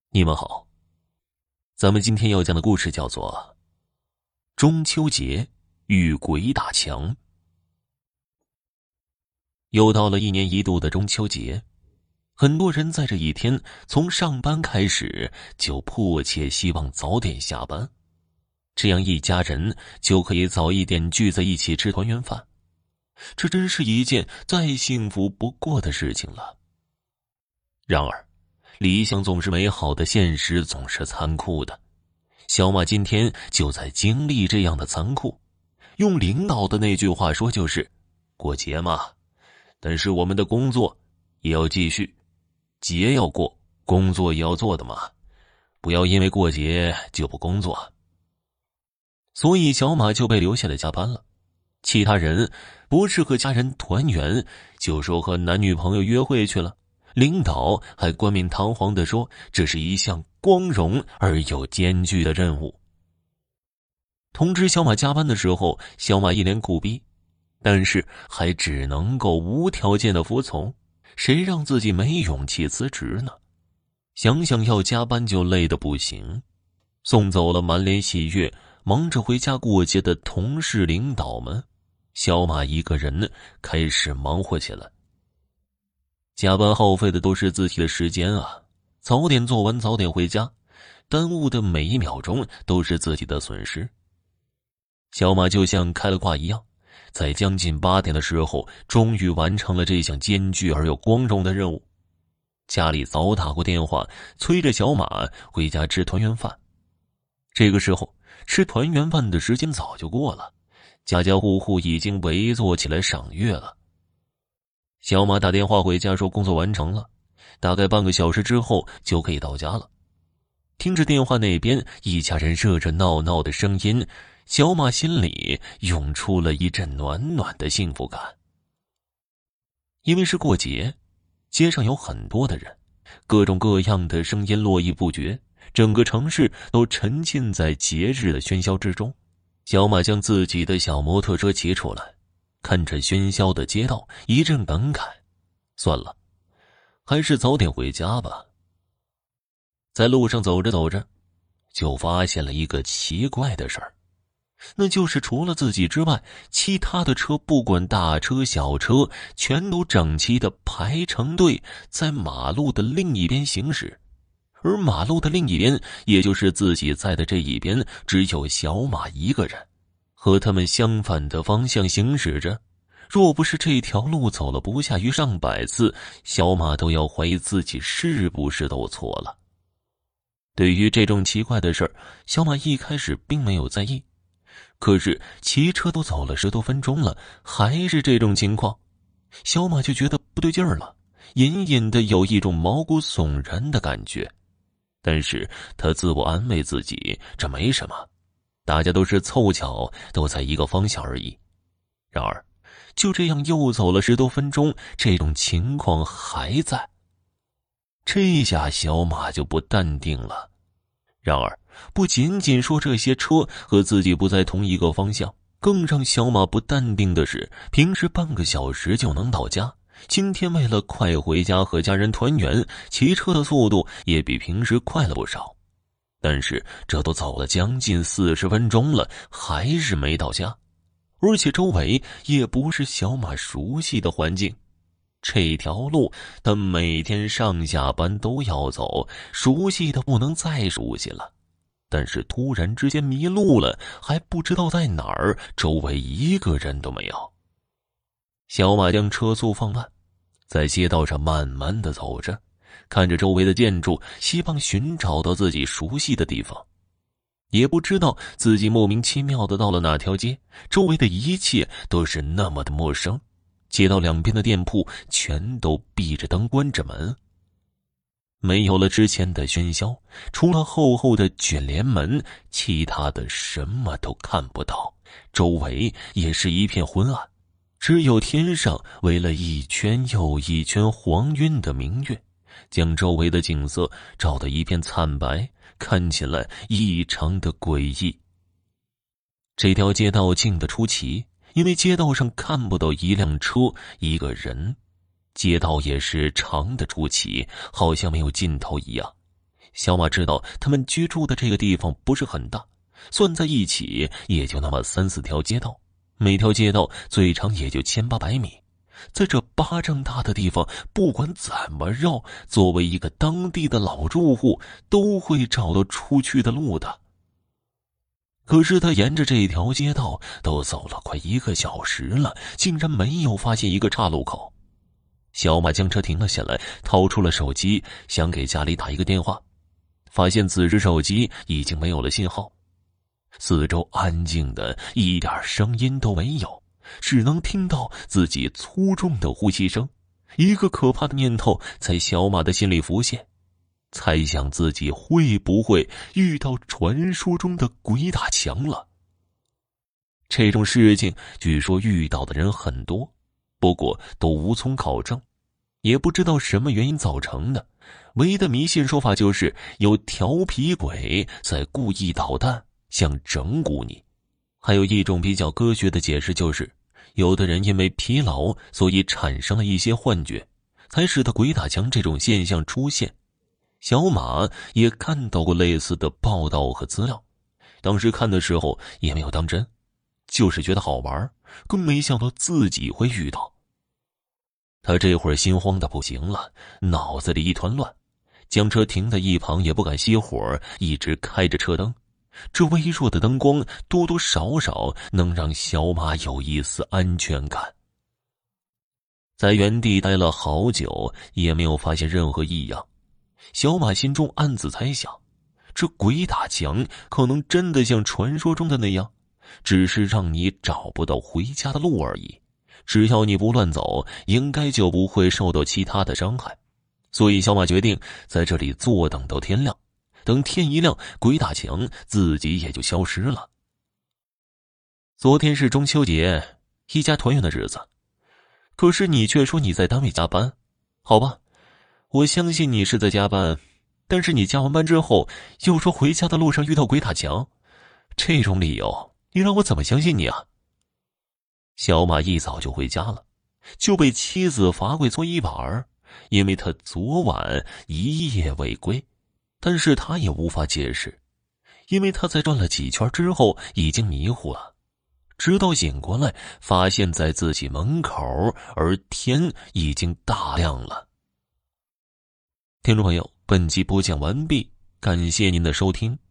你们好，咱们今天要讲的故事叫做中秋节遇鬼打墙。又到了一年一度的中秋节，很多人在这一天从上班开始就迫切希望早点下班，这样一家人就可以早一点聚在一起吃团圆饭。这真是一件再幸福不过的事情了。然而理想总是美好的，现实总是残酷的。小马今天就在经历这样的残酷。用领导的那句话说就是过节嘛，但是我们的工作也要继续，节要过，工作也要做的嘛，不要因为过节就不工作。所以小马就被留下来加班了。其他人不是和家人团圆，就说和男女朋友约会去了。领导还冠冕堂皇地说，这是一项光荣而又艰巨的任务。通知小马加班的时候，小马一脸苦逼，但是还只能够无条件的服从，谁让自己没勇气辞职呢？想想要加班就累得不行。送走了满脸喜悦忙着回家过节的同事领导们，小马一个人开始忙活起来。加班耗费的都是自己的时间啊，早点做完早点回家，耽误的每一秒钟都是自己的损失。小马就像开了挂一样，在将近8点的时候终于完成了这项艰巨而又光荣的任务。家里早打过电话催着小马回家吃团圆饭。这个时候吃团圆饭的时间早就过了，家家户户已经围坐起来赏月了。小马打电话回家说工作完成了，大概半个小时之后就可以到家了。听着电话那边一家人热热闹闹的声音，小马心里涌出了一阵暖暖的幸福感。因为是过节，街上有很多的人，各种各样的声音络绎不绝，整个城市都沉浸在节日的喧嚣之中。小马将自己的小摩托车骑出来，看着喧嚣的街道，一阵感慨，算了，还是早点回家吧。在路上走着走着，就发现了一个奇怪的事儿，那就是除了自己之外，其他的车不管大车小车，全都整齐地排成队在马路的另一边行驶。而马路的另一边，也就是自己在的这一边，只有小马一个人，和他们相反的方向行驶着。若不是这条路走了不下于上百次，小马都要怀疑自己是不是都错了。对于这种奇怪的事儿，小马一开始并没有在意，可是骑车都走了10多分钟了，还是这种情况，小马就觉得不对劲儿了，隐隐的有一种毛骨悚然的感觉。但是他自我安慰自己，这没什么，大家都是凑巧都在一个方向而已。然而就这样又走了10多分钟，这种情况还在。这下小马就不淡定了。然而不仅仅说这些车和自己不在同一个方向，更让小马不淡定的是，平时半个小时就能到家，今天为了快回家和家人团圆，骑车的速度也比平时快了不少。但是这都走了将近40分钟了，还是没到家。而且周围也不是小马熟悉的环境，这条路他每天上下班都要走，熟悉的不能再熟悉了。但是突然之间迷路了，还不知道在哪儿，周围一个人都没有。小马将车速放慢，在街道上慢慢地走着，看着周围的建筑，希望寻找到自己熟悉的地方。也不知道自己莫名其妙的到了哪条街，周围的一切都是那么的陌生，街道两边的店铺全都闭着灯关着门，没有了之前的喧嚣，除了厚厚的卷帘门，其他的什么都看不到，周围也是一片昏暗，只有天上围了一圈又一圈黄晕的明月，将周围的景色照得一片惨白，看起来异常的诡异。这条街道静得出奇，因为街道上看不到一辆车一个人，街道也是长得出奇，好像没有尽头一样。 小马知道他们居住的这个地方不是很大，算在一起也就那么3-4条街道，每条街道最长也就1800米。在这巴掌大的地方，不管怎么绕，作为一个当地的老住户，都会找到出去的路的。可是他沿着这条街道都走了快1个小时了，竟然没有发现一个岔路口。小马将车停了下来，掏出了手机，想给家里打一个电话，发现此时手机已经没有了信号，四周安静的一点声音都没有，只能听到自己粗重的呼吸声。一个可怕的念头在小马的心里浮现，猜想自己会不会遇到传说中的鬼打墙了。这种事情据说遇到的人很多，不过都无从考证，也不知道什么原因造成的。唯一的迷信说法就是有调皮鬼在故意捣蛋，想整蛊你。还有一种比较科学的解释就是，有的人因为疲劳，所以产生了一些幻觉，才使得鬼打墙这种现象出现。小马也看到过类似的报道和资料，当时看的时候也没有当真，就是觉得好玩，更没想到自己会遇到。他这会儿心慌的不行了，脑子里一团乱，将车停在一旁也不敢熄火，一直开着车灯。这微弱的灯光多多少少能让小马有一丝安全感。在原地待了好久，也没有发现任何异样。小马心中暗自猜想，这鬼打墙可能真的像传说中的那样，只是让你找不到回家的路而已。只要你不乱走，应该就不会受到其他的伤害。所以小马决定在这里坐等到天亮，等天一亮，鬼打墙自己也就消失了。昨天是中秋节，一家团圆的日子，可是你却说你在单位加班。好吧，我相信你是在加班，但是你加完班之后又说回家的路上遇到鬼打墙，这种理由你让我怎么相信你啊？小马一早就回家了，就被妻子罚跪搓衣板，因为他昨晚一夜未归。但是他也无法解释，因为他在转了几圈之后已经迷糊了，直到醒过来发现在自己门口，而天已经大亮了。听众朋友，本集播讲完毕，感谢您的收听。